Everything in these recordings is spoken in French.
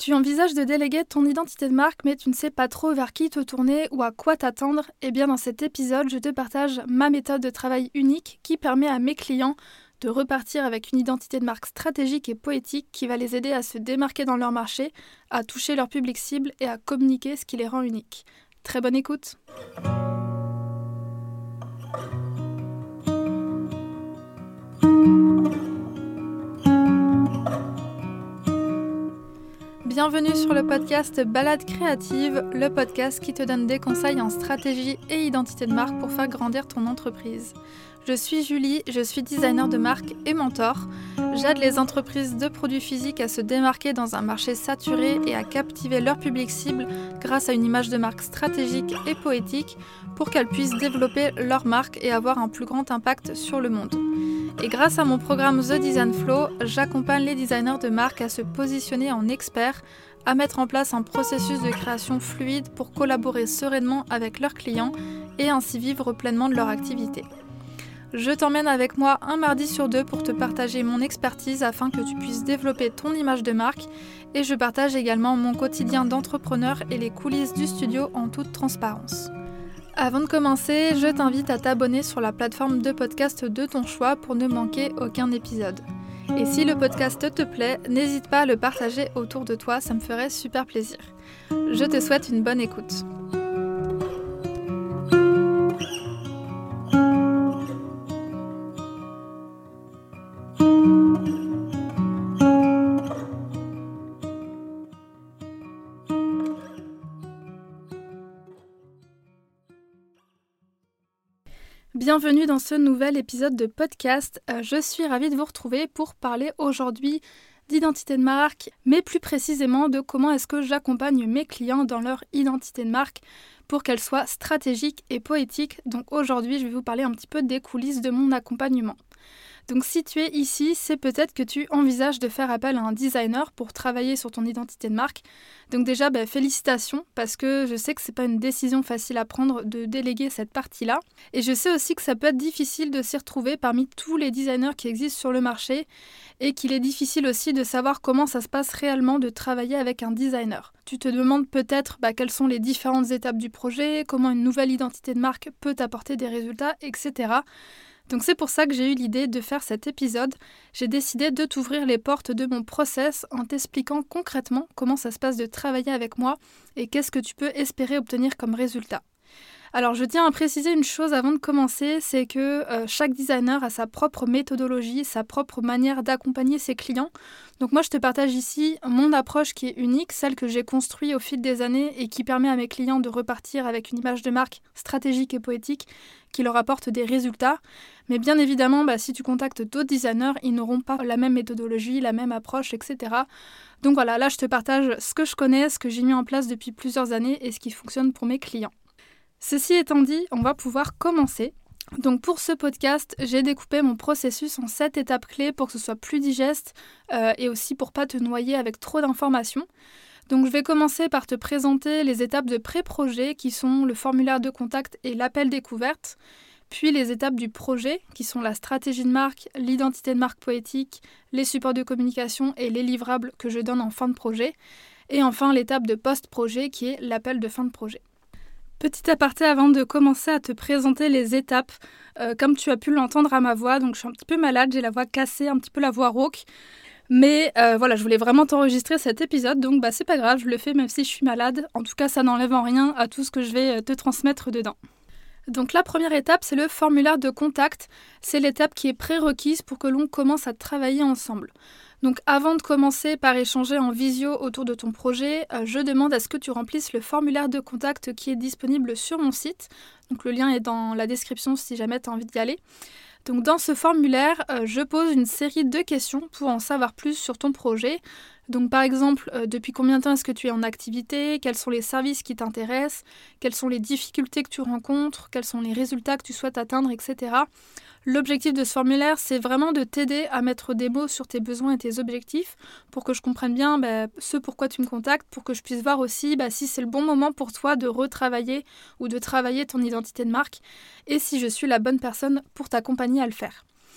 Tu envisages de déléguer ton identité de marque, mais tu ne sais pas trop vers qui te tourner ou à quoi t'attendre. Eh bien, dans cet épisode, je te partage ma méthode de travail unique qui permet à mes clients de repartir avec une identité de marque stratégique et poétique qui va les aider à se démarquer dans leur marché, à toucher leur public cible et à communiquer ce qui les rend uniques. Très bonne écoute! Bienvenue sur le podcast Balade créative, le podcast qui te donne des conseils en stratégie et identité de marque pour faire grandir ton entreprise. Je suis Julie, je suis designer de marque et mentor. J'aide les entreprises de produits physiques à se démarquer dans un marché saturé et à captiver leur public cible grâce à une image de marque stratégique et poétique pour qu'elles puissent développer leur marque et avoir un plus grand impact sur le monde. Et grâce à mon programme The Design Flow, j'accompagne les designers de marque à se positionner en experts, à mettre en place un processus de création fluide pour collaborer sereinement avec leurs clients et ainsi vivre pleinement de leur activité. Je t'emmène avec moi un mardi sur 2 pour te partager mon expertise afin que tu puisses développer ton image de marque et je partage également mon quotidien d'entrepreneur et les coulisses du studio en toute transparence. Avant de commencer, je t'invite à t'abonner sur la plateforme de podcast de ton choix pour ne manquer aucun épisode. Et si le podcast te plaît, n'hésite pas à le partager autour de toi, ça me ferait super plaisir. Je te souhaite une bonne écoute. Bienvenue dans ce nouvel épisode de podcast. Je suis ravie de vous retrouver pour parler aujourd'hui d'identité de marque, mais plus précisément de comment est-ce que j'accompagne mes clients dans leur identité de marque pour qu'elle soit stratégique et poétique. Donc aujourd'hui, je vais vous parler un petit peu des coulisses de mon accompagnement. Donc si tu es ici, c'est peut-être que tu envisages de faire appel à un designer pour travailler sur ton identité de marque. Donc déjà, félicitations, parce que je sais que c'est pas une décision facile à prendre de déléguer cette partie-là. Et je sais aussi que ça peut être difficile de s'y retrouver parmi tous les designers qui existent sur le marché et qu'il est difficile aussi de savoir comment ça se passe réellement de travailler avec un designer. Tu te demandes peut-être quelles sont les différentes étapes du projet, comment une nouvelle identité de marque peut t'apporter des résultats, etc. Donc c'est pour ça que j'ai eu l'idée de faire cet épisode. J'ai décidé de t'ouvrir les portes de mon process en t'expliquant concrètement comment ça se passe de travailler avec moi et qu'est-ce que tu peux espérer obtenir comme résultat. Alors je tiens à préciser une chose avant de commencer, c'est que chaque designer a sa propre méthodologie, sa propre manière d'accompagner ses clients. Donc moi je te partage ici mon approche qui est unique, celle que j'ai construite au fil des années et qui permet à mes clients de repartir avec une image de marque stratégique et poétique qui leur apporte des résultats. Mais bien évidemment, si tu contactes d'autres designers, ils n'auront pas la même méthodologie, la même approche, etc. Donc voilà, là je te partage ce que je connais, ce que j'ai mis en place depuis plusieurs années et ce qui fonctionne pour mes clients. Ceci étant dit, on va pouvoir commencer. Donc pour ce podcast, j'ai découpé mon processus en 7 étapes clés pour que ce soit plus digeste et aussi pour pas te noyer avec trop d'informations. Donc je vais commencer par te présenter les étapes de pré-projet qui sont le formulaire de contact et l'appel découverte, puis les étapes du projet qui sont la stratégie de marque, l'identité de marque poétique, les supports de communication et les livrables que je donne en fin de projet, et enfin l'étape de post-projet qui est l'appel de fin de projet. Petit aparté avant de commencer à te présenter les étapes, comme tu as pu l'entendre à ma voix, donc je suis un petit peu malade, j'ai la voix cassée, un petit peu la voix rauque. Mais je voulais vraiment t'enregistrer cet épisode, donc c'est pas grave, je le fais même si je suis malade. En tout cas, ça n'enlève en rien à tout ce que je vais te transmettre dedans. Donc la première étape, c'est le formulaire de contact. C'est l'étape qui est prérequise pour que l'on commence à travailler ensemble. Donc avant de commencer par échanger en visio autour de ton projet, je demande à ce que tu remplisses le formulaire de contact qui est disponible sur mon site. Donc le lien est dans la description si jamais tu as envie d'y aller. Donc dans ce formulaire, je pose une série de questions pour en savoir plus sur ton projet. Donc par exemple, depuis combien de temps est-ce que tu es en activité? Quels sont les services qui t'intéressent? Quelles sont les difficultés que tu rencontres? Quels sont les résultats que tu souhaites atteindre, etc. L'objectif de ce formulaire, c'est vraiment de t'aider à mettre des mots sur tes besoins et tes objectifs pour que je comprenne bien ce pourquoi tu me contactes, pour que je puisse voir aussi si c'est le bon moment pour toi de retravailler ou de travailler ton identité de marque et si je suis la bonne personne pour t'accompagner à le faire.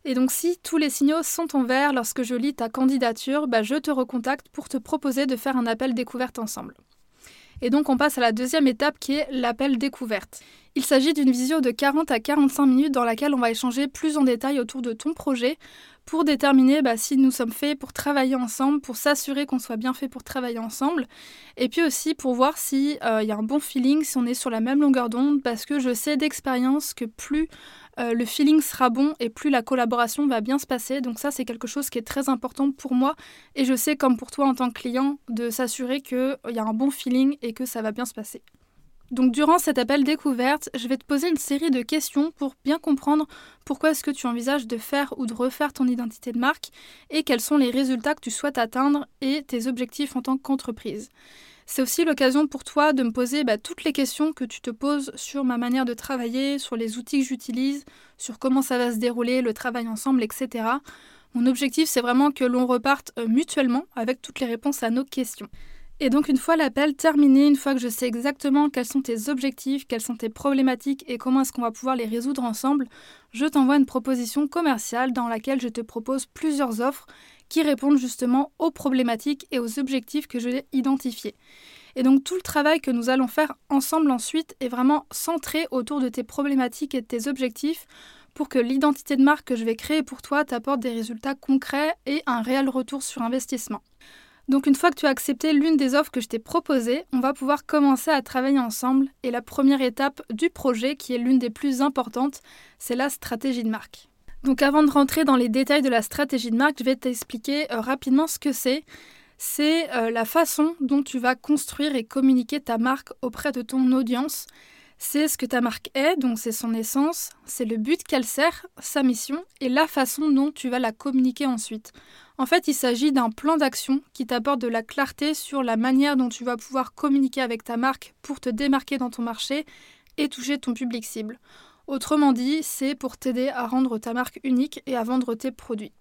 Et donc si tous les signaux sont en vert lorsque je lis ta candidature, je te recontacte pour te proposer de faire un appel découverte ensemble. Et donc on passe à la deuxième étape qui est l'appel découverte. Il s'agit d'une visio de 40 à 45 minutes dans laquelle on va échanger plus en détail autour de ton projet pour déterminer si nous sommes faits pour travailler ensemble, pour s'assurer qu'on soit bien fait pour travailler ensemble, et puis aussi pour voir s'il y a un bon feeling, si on est sur la même longueur d'onde, parce que je sais d'expérience que plus le feeling sera bon et plus la collaboration va bien se passer. Donc ça, c'est quelque chose qui est très important pour moi, et je sais comme pour toi en tant que client, de s'assurer qu'il y a un bon feeling et que ça va bien se passer. Donc durant cet appel découverte, je vais te poser une série de questions pour bien comprendre pourquoi est-ce que tu envisages de faire ou de refaire ton identité de marque et quels sont les résultats que tu souhaites atteindre et tes objectifs en tant qu'entreprise. C'est aussi l'occasion pour toi de me poser toutes les questions que tu te poses sur ma manière de travailler, sur les outils que j'utilise, sur comment ça va se dérouler, le travail ensemble, etc. Mon objectif, c'est vraiment que l'on reparte mutuellement avec toutes les réponses à nos questions. Et donc une fois l'appel terminé, une fois que je sais exactement quels sont tes objectifs, quelles sont tes problématiques et comment est-ce qu'on va pouvoir les résoudre ensemble, je t'envoie une proposition commerciale dans laquelle je te propose plusieurs offres qui répondent justement aux problématiques et aux objectifs que je vais identifier. Et donc tout le travail que nous allons faire ensemble ensuite est vraiment centré autour de tes problématiques et de tes objectifs pour que l'identité de marque que je vais créer pour toi t'apporte des résultats concrets et un réel retour sur investissement. Donc une fois que tu as accepté l'une des offres que je t'ai proposées, on va pouvoir commencer à travailler ensemble. Et la première étape du projet, qui est l'une des plus importantes, c'est la stratégie de marque. Donc avant de rentrer dans les détails de la stratégie de marque, je vais t'expliquer rapidement ce que c'est. C'est la façon dont tu vas construire et communiquer ta marque auprès de ton audience. C'est ce que ta marque est, donc c'est son essence, c'est le but qu'elle sert, sa mission, et la façon dont tu vas la communiquer ensuite. En fait, il s'agit d'un plan d'action qui t'apporte de la clarté sur la manière dont tu vas pouvoir communiquer avec ta marque pour te démarquer dans ton marché et toucher ton public cible. Autrement dit, c'est pour t'aider à rendre ta marque unique et à vendre tes produits.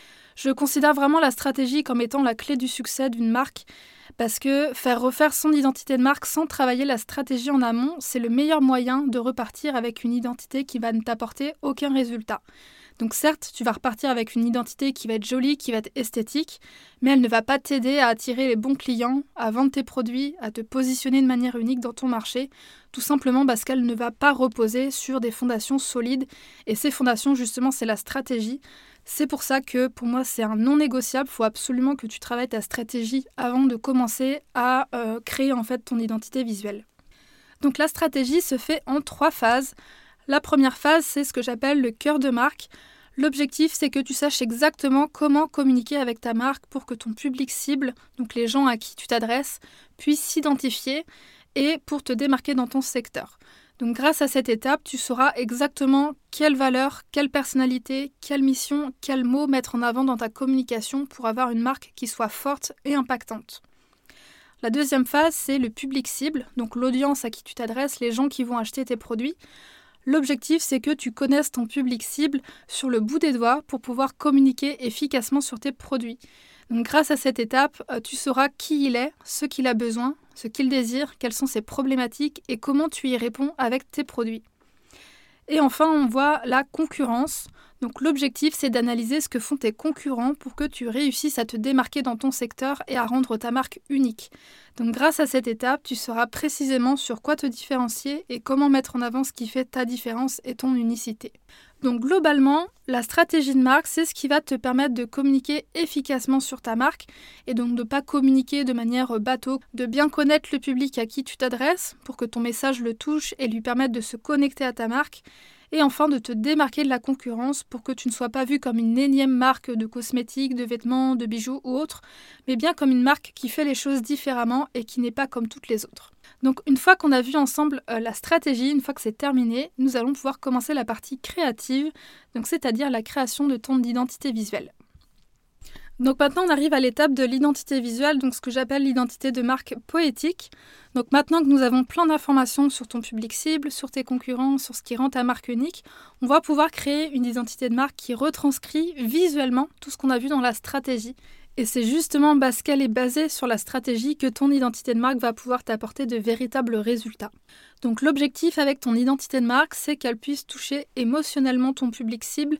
Je considère vraiment la stratégie comme étant la clé du succès d'une marque parce que faire refaire son identité de marque sans travailler la stratégie en amont, c'est le meilleur moyen de repartir avec une identité qui va ne t'apporter aucun résultat. Donc certes, tu vas repartir avec une identité qui va être jolie, qui va être esthétique, mais elle ne va pas t'aider à attirer les bons clients, à vendre tes produits, à te positionner de manière unique dans ton marché, tout simplement parce qu'elle ne va pas reposer sur des fondations solides. Et ces fondations, justement, c'est la stratégie. C'est pour ça que pour moi, c'est un non négociable. Il faut absolument que tu travailles ta stratégie avant de commencer à créer en fait ton identité visuelle. Donc la stratégie se fait en 3 phases. La première phase, c'est ce que j'appelle le cœur de marque. L'objectif, c'est que tu saches exactement comment communiquer avec ta marque pour que ton public cible, donc les gens à qui tu t'adresses, puissent s'identifier et pour te démarquer dans ton secteur. Donc grâce à cette étape, tu sauras exactement quelle valeur, quelle personnalité, quelle mission, quels mots mettre en avant dans ta communication pour avoir une marque qui soit forte et impactante. La deuxième phase, c'est le public cible, donc l'audience à qui tu t'adresses, les gens qui vont acheter tes produits. L'objectif, c'est que tu connaisses ton public cible sur le bout des doigts pour pouvoir communiquer efficacement sur tes produits. Donc, grâce à cette étape, tu sauras qui il est, ce qu'il a besoin, ce qu'il désire, quelles sont ses problématiques et comment tu y réponds avec tes produits. Et enfin, on voit la concurrence. Donc l'objectif, c'est d'analyser ce que font tes concurrents pour que tu réussisses à te démarquer dans ton secteur et à rendre ta marque unique. Donc grâce à cette étape, tu sauras précisément sur quoi te différencier et comment mettre en avant ce qui fait ta différence et ton unicité. Donc globalement, la stratégie de marque, c'est ce qui va te permettre de communiquer efficacement sur ta marque et donc de ne pas communiquer de manière bateau, de bien connaître le public à qui tu t'adresses pour que ton message le touche et lui permette de se connecter à ta marque. Et enfin, de te démarquer de la concurrence pour que tu ne sois pas vu comme une énième marque de cosmétiques, de vêtements, de bijoux ou autre, mais bien comme une marque qui fait les choses différemment et qui n'est pas comme toutes les autres. Donc une fois qu'on a vu ensemble la stratégie, une fois que c'est terminé, nous allons pouvoir commencer la partie créative, donc c'est-à-dire la création de ton identité visuelle. Donc maintenant, on arrive à l'étape de l'identité visuelle, donc ce que j'appelle l'identité de marque poétique. Donc maintenant que nous avons plein d'informations sur ton public cible, sur tes concurrents, sur ce qui rend ta marque unique, on va pouvoir créer une identité de marque qui retranscrit visuellement tout ce qu'on a vu dans la stratégie. Et c'est justement parce qu'elle est basée sur la stratégie que ton identité de marque va pouvoir t'apporter de véritables résultats. Donc l'objectif avec ton identité de marque, c'est qu'elle puisse toucher émotionnellement ton public cible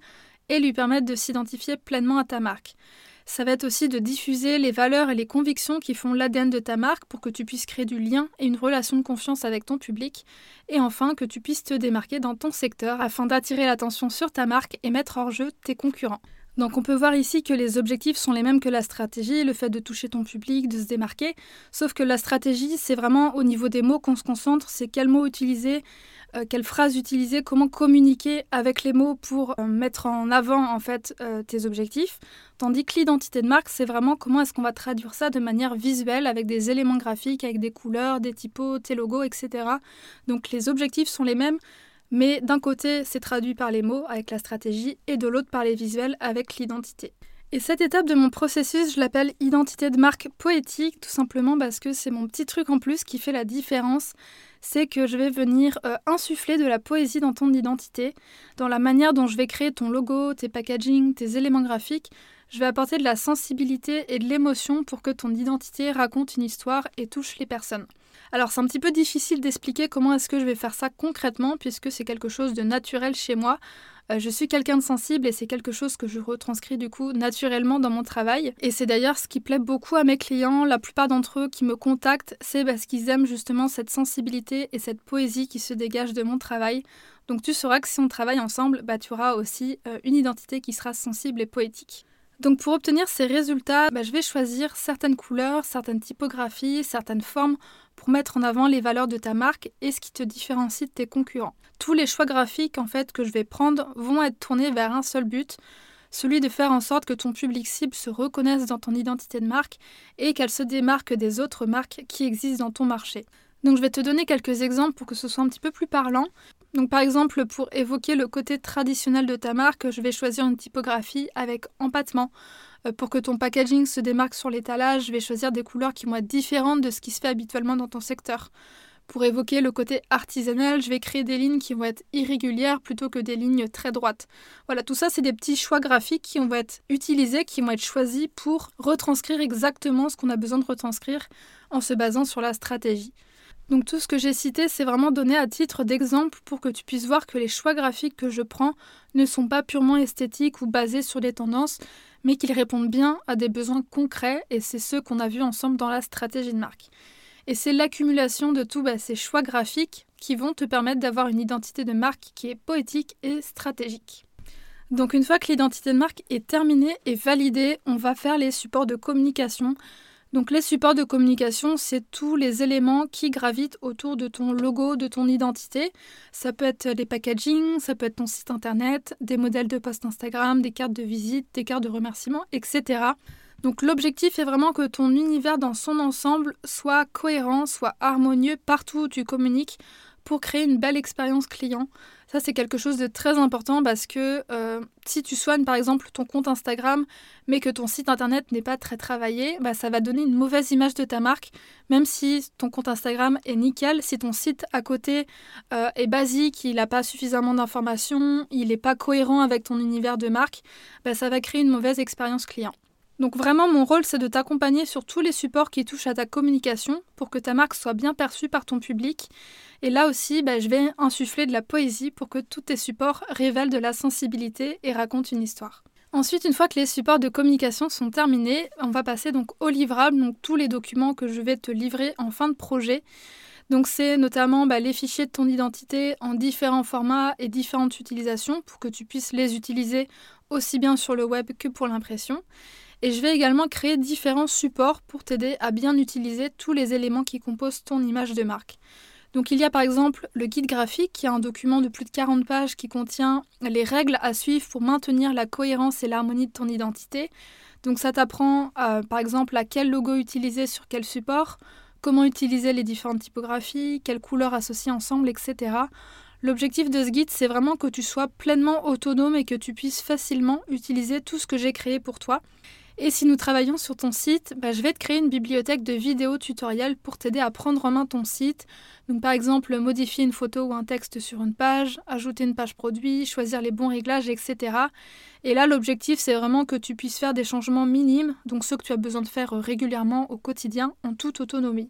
et lui permettre de s'identifier pleinement à ta marque. Ça va être aussi de diffuser les valeurs et les convictions qui font l'ADN de ta marque pour que tu puisses créer du lien et une relation de confiance avec ton public. Et enfin, que tu puisses te démarquer dans ton secteur afin d'attirer l'attention sur ta marque et mettre hors jeu tes concurrents. Donc on peut voir ici que les objectifs sont les mêmes que la stratégie, le fait de toucher ton public, de se démarquer, sauf que la stratégie, c'est vraiment au niveau des mots qu'on se concentre, c'est quels mots utiliser, quelles phrases utiliser, comment communiquer avec les mots pour mettre en avant en fait tes objectifs, tandis que l'identité de marque, c'est vraiment comment est-ce qu'on va traduire ça de manière visuelle avec des éléments graphiques, avec des couleurs, des typos, tes logos, etc. Donc les objectifs sont les mêmes, mais d'un côté, c'est traduit par les mots avec la stratégie et de l'autre par les visuels avec l'identité. Et cette étape de mon processus, je l'appelle identité de marque poétique, tout simplement parce que c'est mon petit truc en plus qui fait la différence. C'est que je vais venir insuffler de la poésie dans ton identité, dans la manière dont je vais créer ton logo, tes packaging, tes éléments graphiques. Je vais apporter de la sensibilité et de l'émotion pour que ton identité raconte une histoire et touche les personnes. Alors c'est un petit peu difficile d'expliquer comment est-ce que je vais faire ça concrètement puisque c'est quelque chose de naturel chez moi. Je suis quelqu'un de sensible et c'est quelque chose que je retranscris du coup naturellement dans mon travail. Et c'est d'ailleurs ce qui plaît beaucoup à mes clients. La plupart d'entre eux qui me contactent, c'est parce qu'ils aiment justement cette sensibilité et cette poésie qui se dégage de mon travail. Donc tu sauras que si on travaille ensemble, tu auras aussi une identité qui sera sensible et poétique. Donc pour obtenir ces résultats, je vais choisir certaines couleurs, certaines typographies, certaines formes pour mettre en avant les valeurs de ta marque et ce qui te différencie de tes concurrents. Tous les choix graphiques en fait que je vais prendre vont être tournés vers un seul but, celui de faire en sorte que ton public cible se reconnaisse dans ton identité de marque et qu'elle se démarque des autres marques qui existent dans ton marché. Donc je vais te donner quelques exemples pour que ce soit un petit peu plus parlant. Donc par exemple, pour évoquer le côté traditionnel de ta marque, je vais choisir une typographie avec empattement. Pour que ton packaging se démarque sur l'étalage, je vais choisir des couleurs qui vont être différentes de ce qui se fait habituellement dans ton secteur. Pour évoquer le côté artisanal, je vais créer des lignes qui vont être irrégulières plutôt que des lignes très droites. Voilà, tout ça, c'est des petits choix graphiques qui vont être utilisés, qui vont être choisis pour retranscrire exactement ce qu'on a besoin de retranscrire en se basant sur la stratégie. Donc tout ce que j'ai cité, c'est vraiment donné à titre d'exemple pour que tu puisses voir que les choix graphiques que je prends ne sont pas purement esthétiques ou basés sur des tendances, mais qu'ils répondent bien à des besoins concrets et c'est ceux qu'on a vus ensemble dans la stratégie de marque. Et c'est l'accumulation de tous ces choix graphiques qui vont te permettre d'avoir une identité de marque qui est poétique et stratégique. Donc une fois que l'identité de marque est terminée et validée, on va faire les supports de communication. Donc les supports de communication, c'est tous les éléments qui gravitent autour de ton logo, de ton identité. Ça peut être les packaging, ça peut être ton site internet, des modèles de post Instagram, des cartes de visite, des cartes de remerciement, etc. Donc l'objectif est vraiment que ton univers dans son ensemble soit cohérent, soit harmonieux partout où tu communiques pour créer une belle expérience client. Ça, c'est quelque chose de très important parce que si tu soignes par exemple ton compte Instagram mais que ton site internet n'est pas très travaillé, ça va donner une mauvaise image de ta marque. Même si ton compte Instagram est nickel, si ton site à côté est basique, il n'a pas suffisamment d'informations, il n'est pas cohérent avec ton univers de marque, ça va créer une mauvaise expérience client. Donc vraiment, mon rôle, c'est de t'accompagner sur tous les supports qui touchent à ta communication pour que ta marque soit bien perçue par ton public. Et là aussi, je vais insuffler de la poésie pour que tous tes supports révèlent de la sensibilité et racontent une histoire. Ensuite, une fois que les supports de communication sont terminés, on va passer donc au livrable, donc tous les documents que je vais te livrer en fin de projet. Donc c'est notamment les fichiers de ton identité en différents formats et différentes utilisations pour que tu puisses les utiliser aussi bien sur le web que pour l'impression. Et je vais également créer différents supports pour t'aider à bien utiliser tous les éléments qui composent ton image de marque. Donc il y a par exemple le guide graphique qui est un document de plus de 40 pages qui contient les règles à suivre pour maintenir la cohérence et l'harmonie de ton identité. Donc ça t'apprend par exemple à quel logo utiliser sur quel support, comment utiliser les différentes typographies, quelles couleurs associer ensemble, etc. L'objectif de ce guide, c'est vraiment que tu sois pleinement autonome et que tu puisses facilement utiliser tout ce que j'ai créé pour toi. Et si nous travaillons sur ton site, je vais te créer une bibliothèque de vidéos tutoriels pour t'aider à prendre en main ton site. Donc par exemple, modifier une photo ou un texte sur une page, ajouter une page produit, choisir les bons réglages, etc. Et là, l'objectif, c'est vraiment que tu puisses faire des changements minimes, donc ceux que tu as besoin de faire régulièrement au quotidien, en toute autonomie.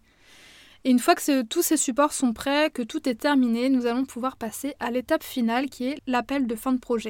Et une fois que tous ces supports sont prêts, que tout est terminé, nous allons pouvoir passer à l'étape finale qui est l'appel de fin de projet.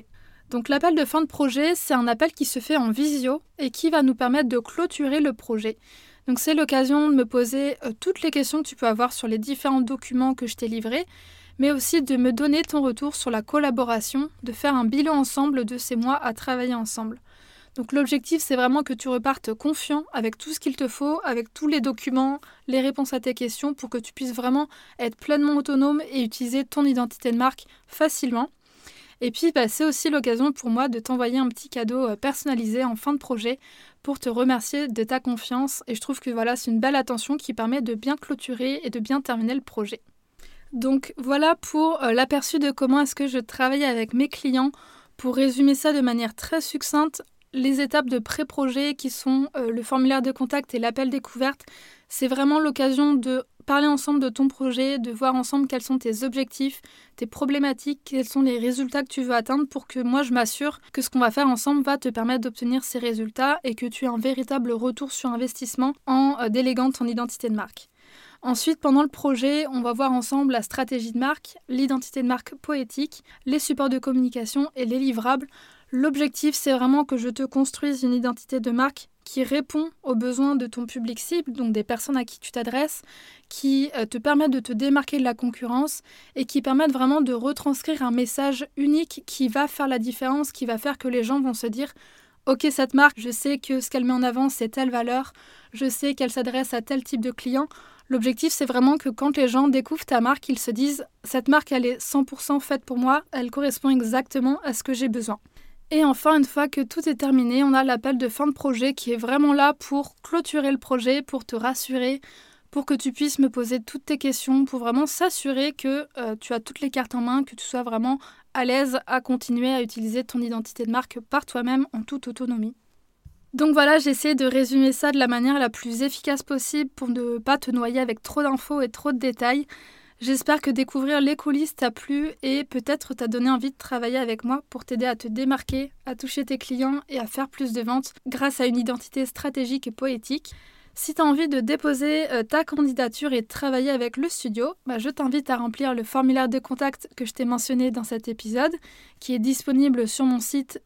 Donc l'appel de fin de projet, c'est un appel qui se fait en visio et qui va nous permettre de clôturer le projet. Donc c'est l'occasion de me poser toutes les questions que tu peux avoir sur les différents documents que je t'ai livrés, mais aussi de me donner ton retour sur la collaboration, de faire un bilan ensemble de ces mois à travailler ensemble. Donc l'objectif, c'est vraiment que tu repartes confiant avec tout ce qu'il te faut, avec tous les documents, les réponses à tes questions, pour que tu puisses vraiment être pleinement autonome et utiliser ton identité de marque facilement. Et puis, c'est aussi l'occasion pour moi de t'envoyer un petit cadeau personnalisé en fin de projet pour te remercier de ta confiance. Et je trouve que c'est une belle attention qui permet de bien clôturer et de bien terminer le projet. Donc voilà pour l'aperçu de comment est-ce que je travaille avec mes clients. Pour résumer ça de manière très succincte, les étapes de pré-projet qui sont le formulaire de contact et l'appel découverte, c'est vraiment l'occasion de parler ensemble de ton projet, de voir ensemble quels sont tes objectifs, tes problématiques, quels sont les résultats que tu veux atteindre pour que moi je m'assure que ce qu'on va faire ensemble va te permettre d'obtenir ces résultats et que tu aies un véritable retour sur investissement en déléguant ton identité de marque. Ensuite, pendant le projet, on va voir ensemble la stratégie de marque, l'identité de marque poétique, les supports de communication et les livrables. L'objectif, c'est vraiment que je te construise une identité de marque qui répond aux besoins de ton public cible, donc des personnes à qui tu t'adresses, qui te permettent de te démarquer de la concurrence et qui permettent vraiment de retranscrire un message unique qui va faire la différence, qui va faire que les gens vont se dire « Ok, cette marque, je sais que ce qu'elle met en avant, c'est telle valeur, je sais qu'elle s'adresse à tel type de client ». L'objectif, c'est vraiment que quand les gens découvrent ta marque, ils se disent « Cette marque, elle est 100% faite pour moi, elle correspond exactement à ce que j'ai besoin ». Et enfin, une fois que tout est terminé, on a l'appel de fin de projet qui est vraiment là pour clôturer le projet, pour te rassurer, pour que tu puisses me poser toutes tes questions, pour vraiment s'assurer que tu as toutes les cartes en main, que tu sois vraiment à l'aise à continuer à utiliser ton identité de marque par toi-même en toute autonomie. Donc voilà, j'ai essayé de résumer ça de la manière la plus efficace possible pour ne pas te noyer avec trop d'infos et trop de détails. J'espère que découvrir les coulisses t'a plu et peut-être t'a donné envie de travailler avec moi pour t'aider à te démarquer, à toucher tes clients et à faire plus de ventes grâce à une identité stratégique et poétique. Si tu as envie de déposer ta candidature et de travailler avec le studio, je t'invite à remplir le formulaire de contact que je t'ai mentionné dans cet épisode, qui est disponible sur mon site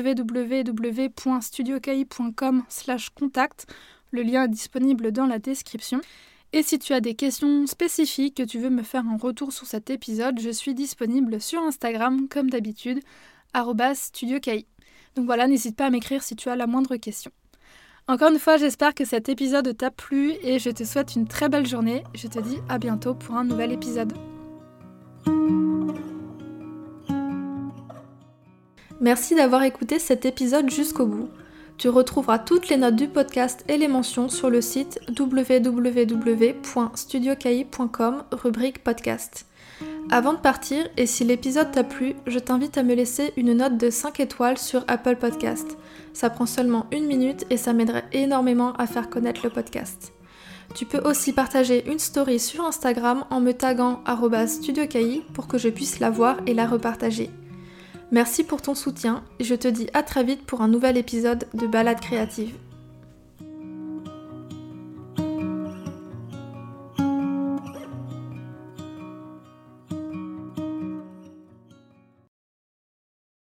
www.studioki.com/contact. Le lien est disponible dans la description. Et si tu as des questions spécifiques que tu veux me faire en retour sur cet épisode, je suis disponible sur Instagram comme d'habitude, @studioki. Donc voilà, n'hésite pas à m'écrire si tu as la moindre question. Encore une fois, j'espère que cet épisode t'a plu et je te souhaite une très belle journée. Je te dis à bientôt pour un nouvel épisode. Merci d'avoir écouté cet épisode jusqu'au bout. Tu retrouveras toutes les notes du podcast et les mentions sur le site www.studioki.com, rubrique podcast. Avant de partir, et si l'épisode t'a plu, je t'invite à me laisser une note de 5 étoiles sur Apple Podcast. Ça prend seulement 1 minute et ça m'aiderait énormément à faire connaître le podcast. Tu peux aussi partager une story sur Instagram en me taguant @studioki pour que je puisse la voir et la repartager. Merci pour ton soutien et je te dis à très vite pour un nouvel épisode de Balade créative.